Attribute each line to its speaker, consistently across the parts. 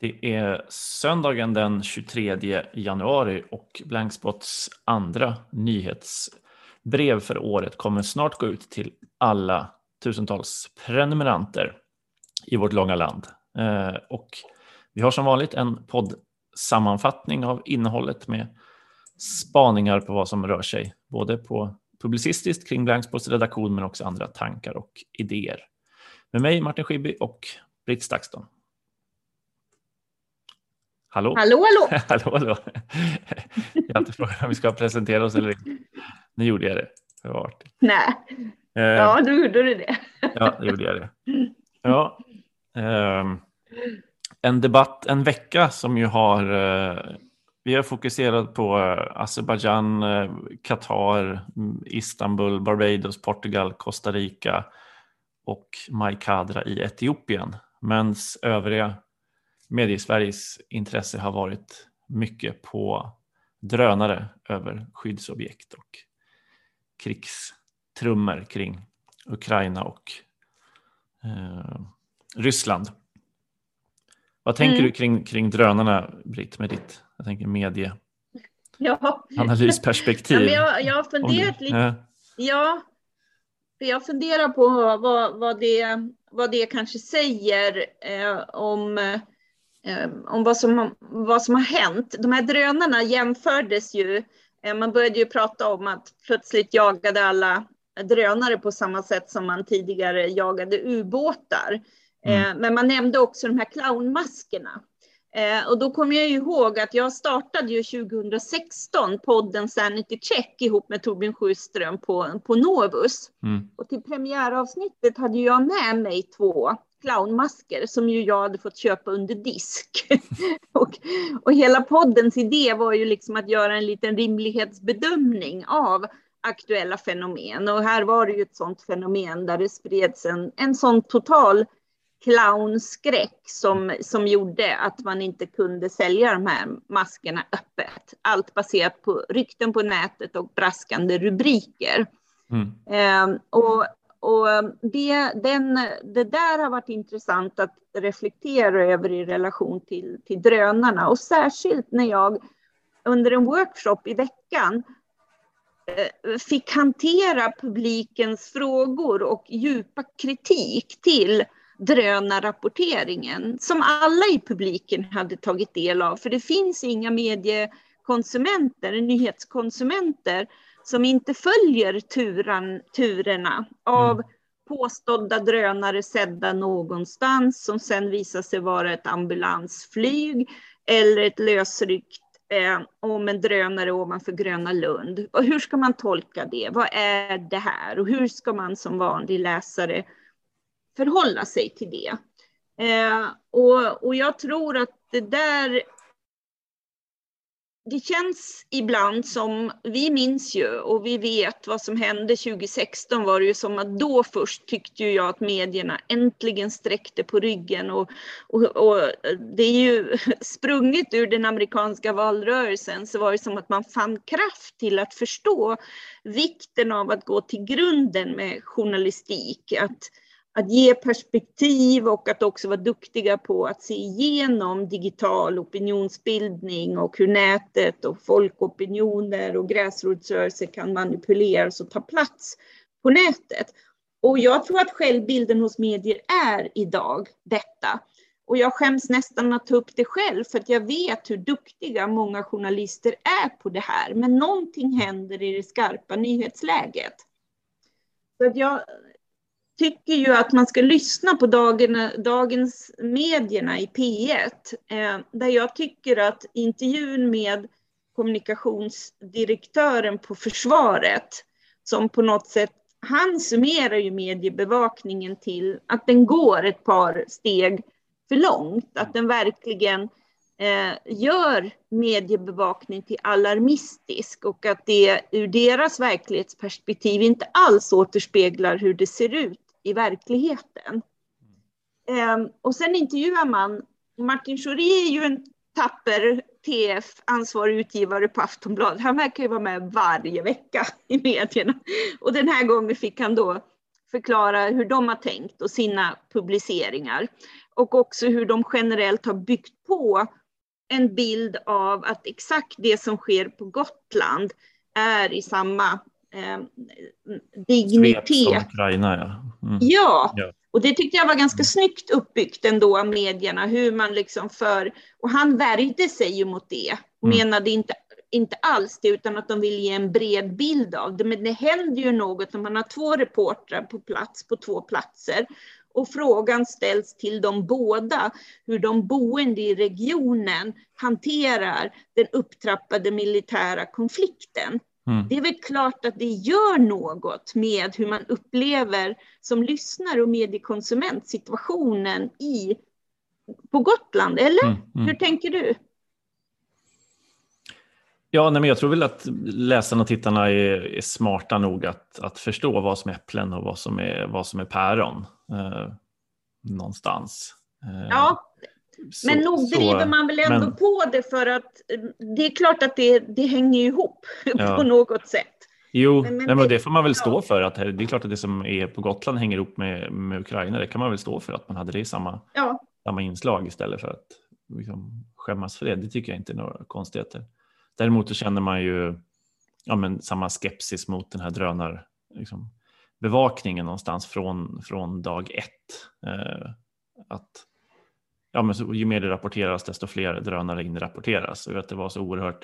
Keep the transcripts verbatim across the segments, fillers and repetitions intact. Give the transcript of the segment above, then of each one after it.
Speaker 1: Det är söndagen den tjugotredje januari och Blankspots andra nyhetsbrev för året kommer snart gå ut till alla tusentals prenumeranter i vårt långa land. Eh, och vi har som vanligt en poddsammanfattning av innehållet med spaningar på vad som rör sig, både på publicistiskt kring Blankspots redaktion men också andra tankar och idéer. Med mig Martin Schibbye och Britt Stakston. Hallå?
Speaker 2: Hallå, hallå.
Speaker 1: hallå, hallå. Jag har inte frågat om vi ska presentera oss eller inte. Nu gjorde jag det. Det var artigt.
Speaker 2: Nej.
Speaker 1: Eh,
Speaker 2: ja, du gjorde det.
Speaker 1: ja, det gjorde jag det. Ja. Eh, en debatt, en vecka som ju har... Eh, vi har fokuserat på eh, Azerbaijan, eh, Qatar, Istanbul, Barbados, Portugal, Costa Rica och Mai Kadra i Etiopien. Men övriga Mediesveriges intresse har varit mycket på drönare över skyddsobjekt och krigstrummor kring Ukraina och eh, Ryssland. Vad tänker mm. du kring, kring drönarna, Britt, med ditt jag tänker medie
Speaker 2: ja.
Speaker 1: analysperspektiv?
Speaker 2: Ja, men jag, jag har funderat du, lite. Ja. ja, för jag funderar på vad, vad, det, vad det kanske säger eh, om... om vad som, vad som har hänt. De här drönarna jämfördes ju, man började ju prata om att plötsligt jagade alla drönare på samma sätt som man tidigare jagade ubåtar. Mm. Men man nämnde också de här clownmaskerna. Och då kommer jag ju ihåg att jag startade ju tjugohundrasexton podden Sanity Check ihop med Torbjörn Sjöström på, på Novus. Mm. Och till premiäravsnittet hade jag med mig två clownmasker som ju jag hade fått köpa under disk. och, och hela poddens idé var ju liksom att göra en liten rimlighetsbedömning av aktuella fenomen. Och här var det ju ett sånt fenomen där det spreds en, en sån total clownskräck som, som gjorde att man inte kunde sälja de här maskerna öppet. Allt baserat på rykten på nätet och braskande rubriker. Mm. Eh, och Och det, den, det där har varit intressant att reflektera över i relation till, till drönarna. Och särskilt när jag under en workshop i veckan eh, fick hantera publikens frågor och djupa kritik till drönarrapporteringen. Som alla i publiken hade tagit del av. För det finns inga mediekonsumenter, nyhetskonsumenter som inte följer turan, turerna av mm. påstådda drönare sedda någonstans som sen visar sig vara ett ambulansflyg eller ett lösryckt eh, om en drönare ovanför Gröna Lund. Och hur ska man tolka det? Vad är det här? Och hur ska man som vanlig läsare förhålla sig till det? Eh, och, och jag tror att det där... Det känns ibland som, vi minns ju och vi vet vad som hände tjugohundrasexton var det ju som att då först tyckte jag att medierna äntligen sträckte på ryggen och, och, och det är ju sprunget ur den amerikanska valrörelsen så var det som att man fann kraft till att förstå vikten av att gå till grunden med journalistik, att Att ge perspektiv och att också vara duktiga på att se igenom digital opinionsbildning och hur nätet och folkopinioner och gräsrotsrörelser kan manipuleras och ta plats på nätet. Och jag tror att självbilden hos medier är idag detta. Och jag skäms nästan att ta upp det själv för att jag vet hur duktiga många journalister är på det här. Men någonting händer i det skarpa nyhetsläget. Så att jag... tycker ju att man ska lyssna på dagen, dagens medierna i P ett. Eh, där jag tycker att intervjun med kommunikationsdirektören på försvaret som på något sätt, han summerar ju mediebevakningen till att den går ett par steg för långt. Att den verkligen eh, gör mediebevakning till alarmistisk och att det ur deras verklighetsperspektiv inte alls återspeglar hur det ser ut i verkligheten. Um, och sen intervjuar man Martin Schori är ju en tapper T F-ansvarig utgivare på Aftonbladet. Han verkar ju vara med varje vecka i medierna. Och den här gången fick han då förklara hur de har tänkt och sina publiceringar. Och också hur de generellt har byggt på en bild av att exakt det som sker på Gotland är i samma eh, dignitet.
Speaker 1: Svep som Ukraina, ja. Mm.
Speaker 2: Ja.
Speaker 1: Ja.
Speaker 2: Och det tyckte jag var ganska snyggt uppbyggt ändå av medierna, hur man liksom för, och han värjde sig ju mot det, och mm. menade inte, inte alls det, utan att de vill ge en bred bild av det. Men det händer ju något när man har två reportrar på plats, på två platser, och frågan ställs till dem båda, hur de boende i regionen hanterar den upptrappade militära konflikten. Mm. Det är väl klart att det gör något med hur man upplever som lyssnare och mediekonsument situationen i, på Gotland, eller? Mm, mm. Hur tänker du?
Speaker 1: Ja, nej, men jag tror väl att läsarna och tittarna är, är smarta nog att, att förstå vad som är äpplen och vad som är, vad som är päron eh, någonstans. Eh,
Speaker 2: ja.
Speaker 1: Så,
Speaker 2: men nog driver
Speaker 1: så,
Speaker 2: man väl ändå men, på det, för att det är klart att det, det hänger ihop ja. på något sätt.
Speaker 1: Jo, men, men, nej, men det får man väl stå ja. för. Att det är klart att det som är på Gotland hänger ihop med, med Ukraina. Det kan man väl stå för, att man hade det i samma, ja. samma inslag istället för att liksom, skämmas för det. Det tycker jag inte är några konstigheter. Däremot så känner man ju ja, men, samma skepsis mot den här drönar liksom, bevakningen någonstans från, från dag ett. Eh, att Ja, men så, ju mer det rapporteras, desto fler drönare inrapporteras. Och att det var så oerhört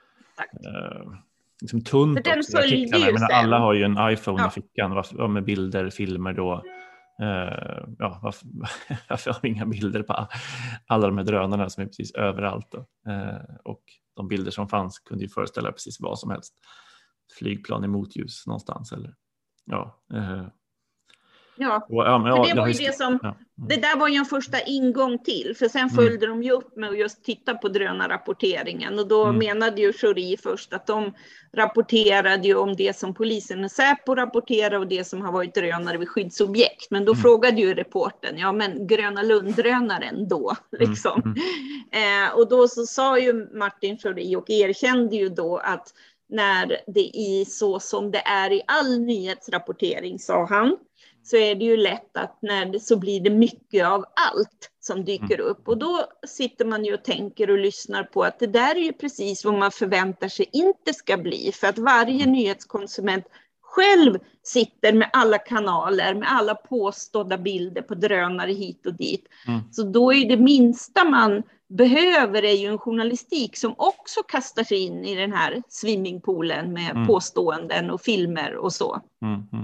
Speaker 1: eh, liksom tunt
Speaker 2: för den
Speaker 1: också. Artiklarna.
Speaker 2: Ju
Speaker 1: men alla har ju en iPhone
Speaker 2: ja.
Speaker 1: i fickan varför, med bilder, filmer då. Eh, ja, varför, varför har vi inga bilder på alla de här drönarna som är precis överallt då? Eh, och de bilder som fanns kunde ju föreställa precis vad som helst. Flygplan i motljus någonstans eller ja. Eh,
Speaker 2: Ja,
Speaker 1: ja, men,
Speaker 2: för
Speaker 1: ja,
Speaker 2: det var ju det som, ja. mm. det där var ju en första ingång till, för sen följde mm. de ju upp med att just titta på drönarrapporteringen, och då mm. menade ju Schori först att de rapporterade ju om det som polisen och Säpo rapporterar och det som har varit drönare vid skyddsobjekt, men då mm. frågade ju reporten, ja men Gröna Lund-drönaren då, liksom. Mm. Mm. Eh, och då så sa ju Martin Schori och erkände ju då att när det är så som det är i all nyhetsrapportering, sa han, så är det ju lätt att när det, så blir det mycket av allt som dyker upp. Och då sitter man ju och tänker och lyssnar på att det där är ju precis vad man förväntar sig inte ska bli. För att varje nyhetskonsument själv sitter med alla kanaler, med alla påstådda bilder på drönare hit och dit. Mm. Så då är det minsta man behöver är ju en journalistik som också kastar sig in i den här swimmingpoolen med mm. påståenden och filmer och så. Mm. Mm.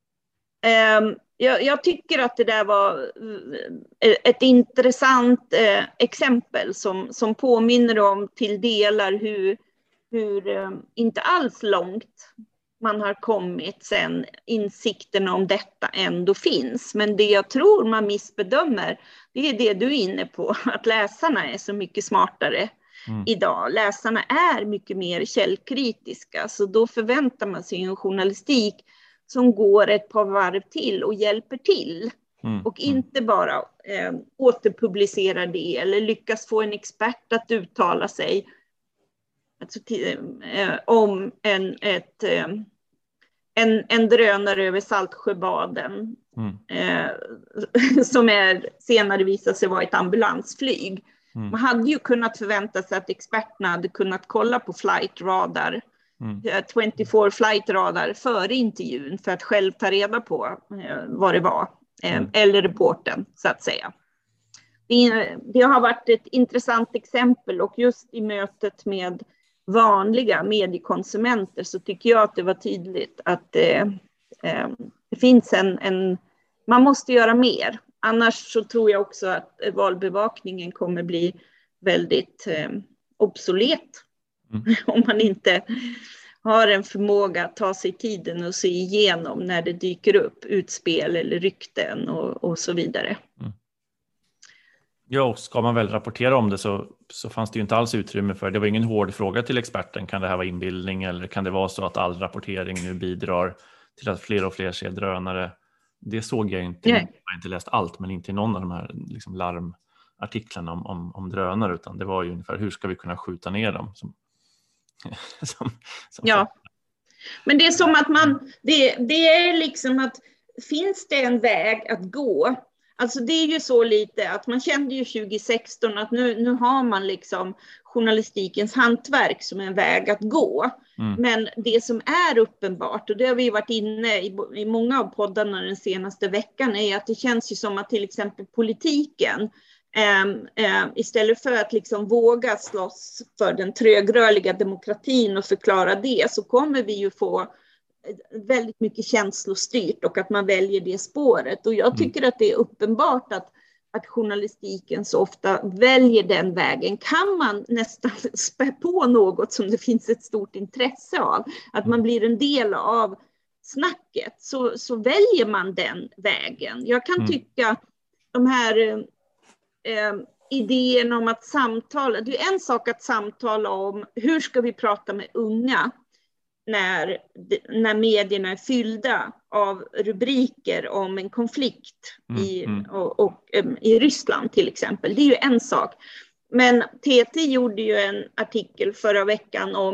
Speaker 2: Um, jag, jag tycker att det där var ett intressant eh, exempel som, som påminner om till delar hur, hur eh, inte alls långt man har kommit sen insikten om detta ändå finns. Men det jag tror man missbedömer, det är det du är inne på, att läsarna är så mycket smartare mm. idag. Läsarna är mycket mer källkritiska, så då förväntar man sig en journalistik som går ett par varv till och hjälper till. Mm. Och inte bara eh, återpublicerar det eller lyckas få en expert att uttala sig alltså till, eh, om en, ett, eh, en, en drönare över Saltsjöbaden mm. eh, som är, senare visar sig vara ett ambulansflyg. Mm. Man hade ju kunnat förvänta sig att experterna hade kunnat kolla på flight radar Mm. tjugofyra flight radar före intervjun för att själv ta reda på eh, vad det var eh, mm. eller reporten så att säga. Det, det har varit ett intressant exempel, och just i mötet med vanliga mediekonsumenter så tycker jag att det var tydligt att eh, eh, det finns en, en man måste göra mer, annars så tror jag också att valbevakningen kommer bli väldigt eh, obsolet. Mm. Om man inte har en förmåga att ta sig tiden och se igenom när det dyker upp utspel eller rykten och, och så vidare. Mm.
Speaker 1: Ja, och ska man väl rapportera om det så, så fanns det ju inte alls utrymme för, det var ingen hård fråga till experten, kan det här vara inbildning eller kan det vara så att all rapportering nu bidrar till att fler och fler ser drönare? Det såg jag inte, Nej. jag har inte läst allt, men inte i någon av de här liksom larmartiklarna om, om, om drönare, utan det var ju ungefär hur ska vi kunna skjuta ner dem som som, som
Speaker 2: ja, men det är som att man det, det är liksom att finns det en väg att gå Alltså det är ju så lite att man kände ju tjugo sexton att nu, nu har man liksom journalistikens hantverk som en väg att gå. Mm. Men det som är uppenbart, och det har vi varit inne i, i många av poddarna den senaste veckan, är att det känns ju som att till exempel politiken eh, eh, istället för att liksom våga slåss för den trögrörliga demokratin och förklara det, så kommer vi ju få väldigt mycket känslostyrt och att man väljer det spåret. Och jag tycker mm. att det är uppenbart att, att journalistiken så ofta väljer den vägen. Kan man nästan spä på något som det finns ett stort intresse av, att man blir en del av snacket, så, så väljer man den vägen. Jag kan mm. tycka de här eh, idéerna om att samtala, det är en sak att samtala om hur ska vi prata med unga när, när medierna är fyllda av rubriker om en konflikt mm, i, mm. Och, och, um, i Ryssland till exempel. Det är ju en sak. Men T T gjorde ju en artikel förra veckan om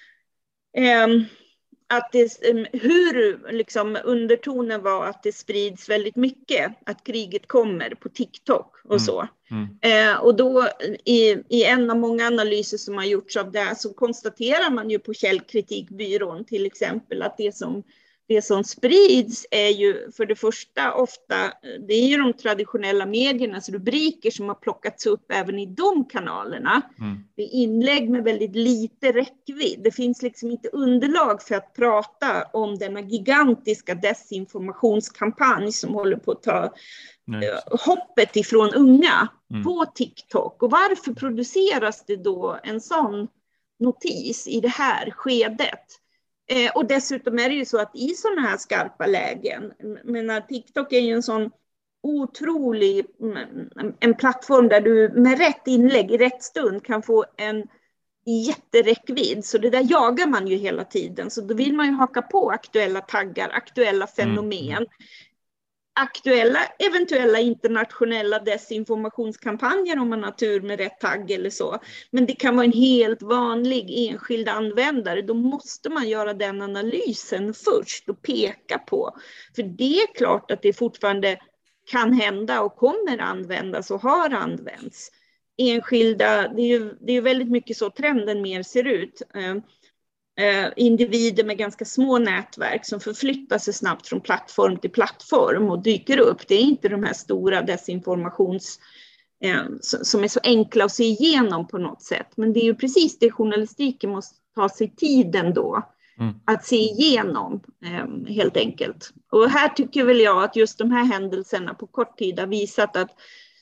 Speaker 2: um, att det, um, hur liksom, undertonen var att det sprids väldigt mycket, att kriget kommer på TikTok och mm. så. Mm. Eh, och då i, i en av många analyser som har gjorts av det, så konstaterar man ju på Källkritikbyrån till exempel att det som, det som sprids är ju för det första ofta, det är ju de traditionella mediernas rubriker som har plockats upp även i de kanalerna. Mm. Det är inlägg med väldigt lite räckvidd. Det finns liksom inte underlag för att prata om denna gigantiska desinformationskampanj som håller på att ta Nej. hoppet ifrån unga mm. på TikTok. Och varför produceras det då en sån notis i det här skedet? Eh, och dessutom är det ju så att i sådana här skarpa lägen, men TikTok är ju en sån otrolig en plattform där du med rätt inlägg i rätt stund kan få en jätteräckvidd, så det där jagar man ju hela tiden, så då vill man ju haka på aktuella taggar, aktuella fenomen mm. aktuella, eventuella internationella desinformationskampanjer om man har tur med rätt tagg eller så. Men det kan vara en helt vanlig enskild användare. Då måste man göra den analysen först och peka på. För det är klart att det fortfarande kan hända och kommer användas och har använts. Enskilda, det är ju, det är väldigt mycket så trenden mer ser ut. Eh, individer med ganska små nätverk som förflyttar sig snabbt från plattform till plattform och dyker upp. Det är inte de här stora desinformations eh, som är så enkla att se igenom på något sätt. Men det är ju precis det journalistiken måste ta sig tiden då mm. att se igenom eh, helt enkelt. Och här tycker väl jag att just de här händelserna på kort tid har visat att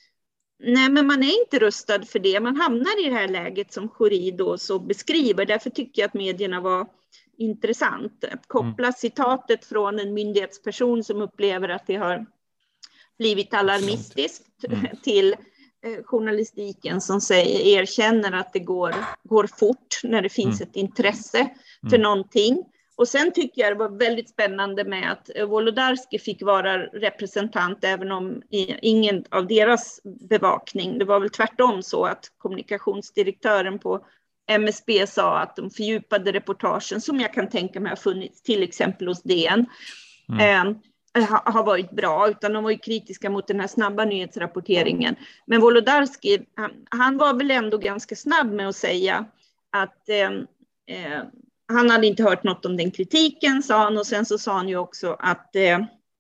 Speaker 2: nej, men man är inte rustad för det. Man hamnar i det här läget som Schori då så beskriver. Därför tycker jag att medierna var intressant. Att koppla mm. citatet från en myndighetsperson som upplever att det har blivit alarmistiskt mm. till eh, journalistiken som säger, erkänner att det går, går fort när det finns mm. ett intresse mm. för någonting. Och sen tycker jag det var väldigt spännande med att Wolodarski fick vara representant även om ingen av deras bevakning. Det var väl tvärtom så att kommunikationsdirektören på M S B sa att de fördjupade reportagen som jag kan tänka mig har funnits till exempel hos D N mm. eh, har varit bra, utan de var ju kritiska mot den här snabba nyhetsrapporteringen. Men Wolodarski, han, han var väl ändå ganska snabb med att säga att eh, eh, han hade inte hört något om den kritiken, sa han. Och sen så sa han ju också att eh,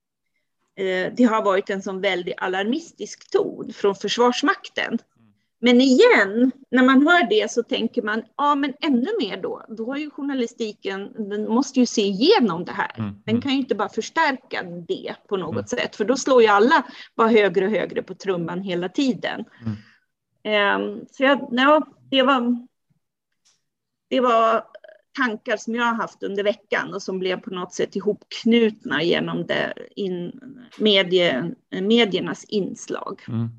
Speaker 2: eh, det har varit en sån väldigt alarmistisk ton från Försvarsmakten. Men igen, när man hör det så tänker man, ja men ännu mer då. Då har ju journalistiken, den måste ju se igenom det här. Mm. Den kan ju inte bara förstärka det på något mm. sätt. För då slår ju alla bara högre och högre på trumman hela tiden. Mm. Eh, så jag, ja, det var... Det var tankar som jag har haft under veckan och som blev på något sätt ihopknutna genom det in, medie, mediernas inslag. Mm.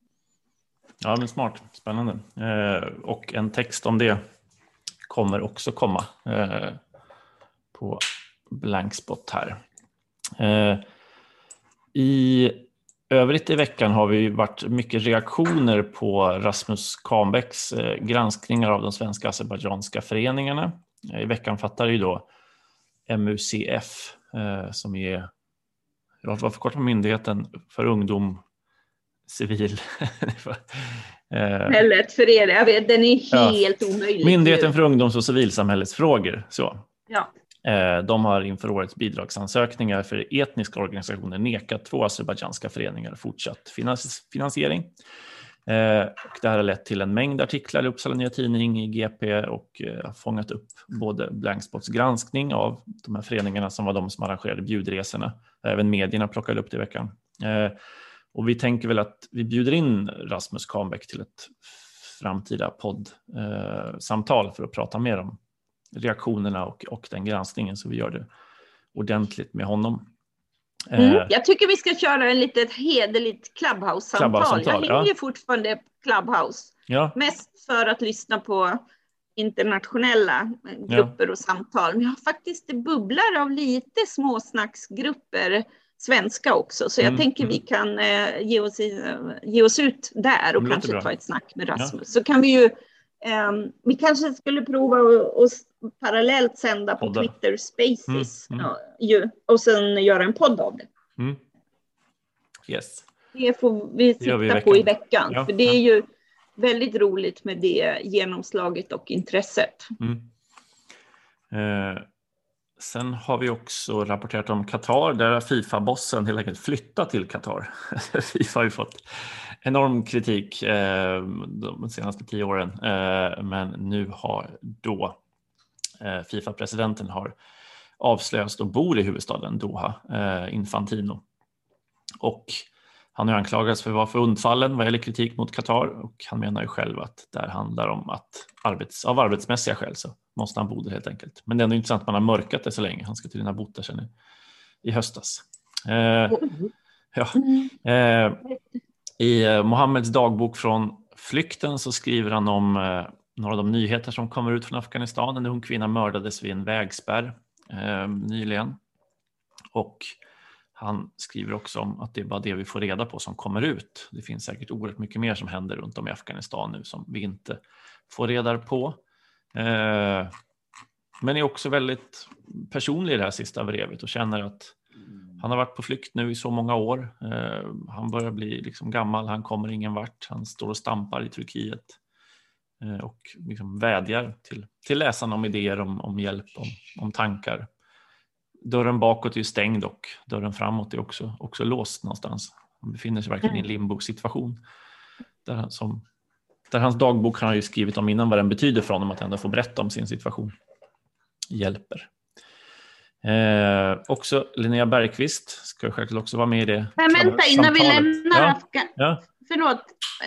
Speaker 1: Ja, men smart, spännande. Eh, och en text om det kommer också komma eh, på Blankspot här. Eh, I övrigt i veckan har vi varit mycket reaktioner på Rasmus Kahnbäcks eh, granskningar av de svenska azerbajdzjanska föreningarna. I veckan fattar ju då M U C F eh, som är, vad förkortar myndigheten för ungdom, civil.
Speaker 2: Eller lätt för er, jag vet, den är helt ja. omöjlig.
Speaker 1: Myndigheten för ungdoms- och civilsamhällesfrågor. Så.
Speaker 2: Ja.
Speaker 1: De har inför årets bidragsansökningar för etniska organisationer nekat två azerbajdzjanska föreningar fortsatt finansiering. Och det här har lett till en mängd artiklar i Uppsala Nya Tidning, i G P och har fångat upp både Blankspots granskning av de här föreningarna som var de som arrangerade bjudresorna. Även medierna plockade upp det i veckan. Och vi tänker väl att vi bjuder in Rasmus Kahnbäck till ett framtida poddsamtal för att prata mer om reaktionerna och, och den granskningen, så vi gör det ordentligt med honom.
Speaker 2: Mm, jag tycker vi ska köra en litet hederligt Clubhouse-samtal. Clubhouse-samtal jag hänger ju ja. fortfarande Clubhouse. Ja. Mest för att lyssna på internationella grupper ja. och samtal. Men jag har faktiskt bubblar av lite småsnacksgrupper svenska också. Så jag mm, tänker mm. vi kan eh, ge, oss i, ge oss ut där och kanske bra. ta ett snack med Rasmus. Ja. Så kan vi ju Um, vi kanske skulle prova att parallellt sända på Podda. Twitter Spaces mm, mm. Ja, ju, och sen göra en podd av det.
Speaker 1: Mm. Yes.
Speaker 2: Det får vi titta vi i på i veckan. Ja, för det ja. är ju väldigt roligt med det genomslaget och intresset.
Speaker 1: Mm. Eh, sen har vi också rapporterat om Qatar, där FIFA-bossen helt enkelt flyttat till Qatar. FIFA har ju fått enorm kritik eh, de senaste tio åren, eh, men nu har då eh, FIFA-presidenten har avslöjats och bor i huvudstaden Doha, eh, Infantino. Och han har anklagats för att vara för undfallen vad gäller kritik mot Qatar, och han menar ju själv att det handlar om att arbets, av arbetsmässiga skäl så måste han bo där helt enkelt. Men det är ändå intressant att man har mörkat det så länge. Han ska tydligen ha bott där sedan i, i höstas. Eh, ja. Eh, I Mohammeds dagbok från flykten så skriver han om eh, några av de nyheter som kommer ut från Afghanistan. En ung kvinna mördades vid en vägspärr eh, nyligen. Och han skriver också om att det är bara det vi får reda på som kommer ut. Det finns säkert oerhört mycket mer som händer runt om i Afghanistan nu som vi inte får reda på. Eh, men är också väldigt personlig i det här sista brevet och känner att han har varit på flykt nu i så många år. Eh, han börjar bli liksom gammal, han kommer ingen vart. Han står och stampar i Turkiet eh, och liksom vädjar till, till läsarna om idéer, om, om hjälp, om, om tankar. Dörren bakåt är ju stängd och dörren framåt är också, också låst någonstans. Han befinner sig verkligen i en limbo-situation. Där, han, som, där hans dagbok han har ju skrivit om innan vad den betyder för honom att ändå få berätta om sin situation. Hjälper. Eh, också Linnea Bergqvist ska självklart också vara med i det.
Speaker 2: Men vänta, innan vi lämnar
Speaker 1: ja.
Speaker 2: Afghanistan.
Speaker 1: Ja.
Speaker 2: Förlåt,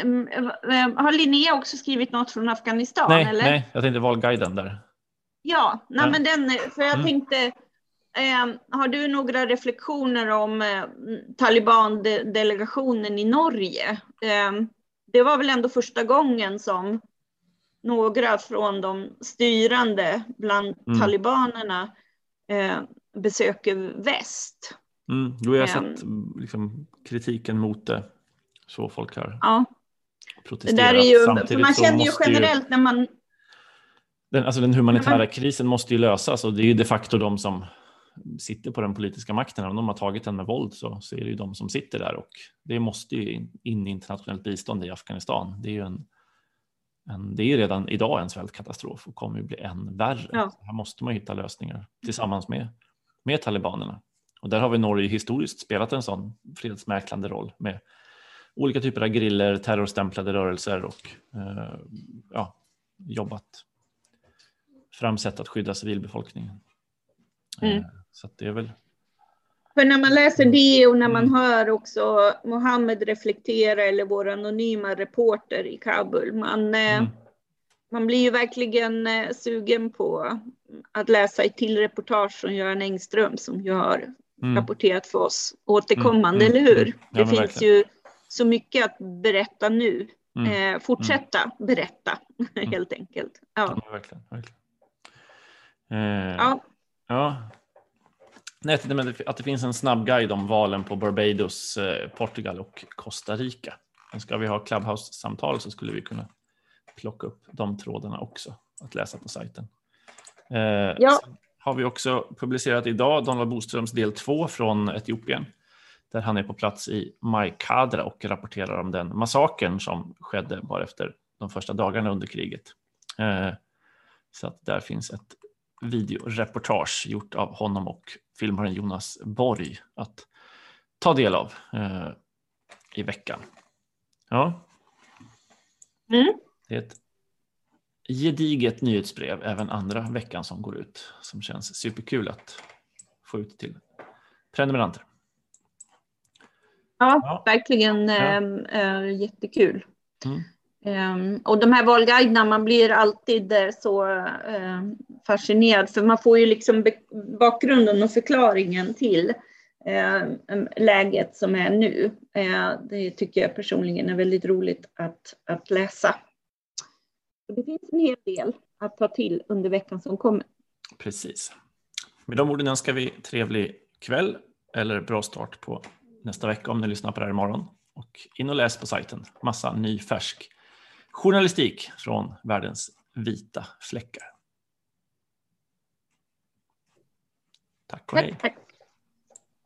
Speaker 2: har Linnea också skrivit något från Afghanistan?
Speaker 1: Nej,
Speaker 2: eller?
Speaker 1: nej, jag tänkte valguiden där.
Speaker 2: Ja, nej,
Speaker 1: ja.
Speaker 2: men den, för jag
Speaker 1: mm.
Speaker 2: tänkte, eh, har du några reflektioner om eh, Taliban-delegationen i Norge? Eh, det var väl ändå första gången som några från de styrande bland mm. talibanerna eh, besöker väst.
Speaker 1: Mm, då har jag sett liksom, kritiken mot det. Så folk har
Speaker 2: ja.
Speaker 1: protesterat.
Speaker 2: Det där är ju, för man känner ju generellt ju, när man...
Speaker 1: Den, alltså den humanitära man, krisen måste ju lösas, och det är ju de facto de som sitter på den politiska makten. Om de har tagit den med våld så, så är det ju de som sitter där, och det måste ju in i internationellt bistånd i Afghanistan. Det är ju en, en, det är redan idag en svältkatastrof och kommer ju bli än värre.
Speaker 2: Ja.
Speaker 1: Här måste man hitta lösningar tillsammans med, med talibanerna. Och där har vi Norge historiskt spelat en sån fredsmäklande roll med olika typer av griller, terrorstämplade rörelser och eh, ja, jobbat fram sätt att skydda civilbefolkningen.
Speaker 2: Mm.
Speaker 1: Eh, så att det är väl...
Speaker 2: För när man läser det och när man mm. hör också Mohammed reflektera, eller vår anonyma reporter i Kabul, man, mm. man blir ju verkligen sugen på att läsa ett till reportage från Göran Engström som ju har mm. rapporterat för oss återkommande, mm. eller hur? Mm. Ja, det finns verkligen. Ju så mycket att berätta nu. Mm. Eh, fortsätta mm. berätta, mm. helt enkelt. Ja,
Speaker 1: ja verkligen. verkligen. Eh, ja. ja. Nej, att det finns en snabb guide om valen på Barbados, eh, Portugal och Costa Rica. Men ska vi ha Clubhouse-samtal så skulle vi kunna plocka upp de trådarna också att läsa på sajten. Eh,
Speaker 2: ja.
Speaker 1: Har vi också publicerat idag Donald Boströms del två från Etiopien. där han är på plats i Mai Kadra och rapporterar om den massakern som skedde bara efter de första dagarna under kriget. Eh, så att där finns ett videoreportage gjort av honom och filmaren Jonas Borg att ta del av eh, i veckan. Ja.
Speaker 2: Mm.
Speaker 1: Det är ett gediget nyhetsbrev även andra veckan som går ut, som känns superkul att få ut till prenumeranter.
Speaker 2: Ja,
Speaker 1: Ja.
Speaker 2: verkligen
Speaker 1: Ja.
Speaker 2: äh, jättekul.
Speaker 1: Mm.
Speaker 2: Um, och de här valguiderna, man blir alltid så uh, fascinerad, för man får ju liksom bakgrunden och förklaringen till uh, läget som är nu. Uh, det tycker jag personligen är väldigt roligt att, att läsa. Och det finns en hel del att ta till under veckan som kommer.
Speaker 1: Precis. Med de orden önskar vi trevlig kväll eller bra start på nästa vecka om ni lyssnar på det här imorgon. Och in och läs på sajten. Massa ny färsk journalistik från världens vita fläckar. Tack och hej.
Speaker 2: Tack, tack.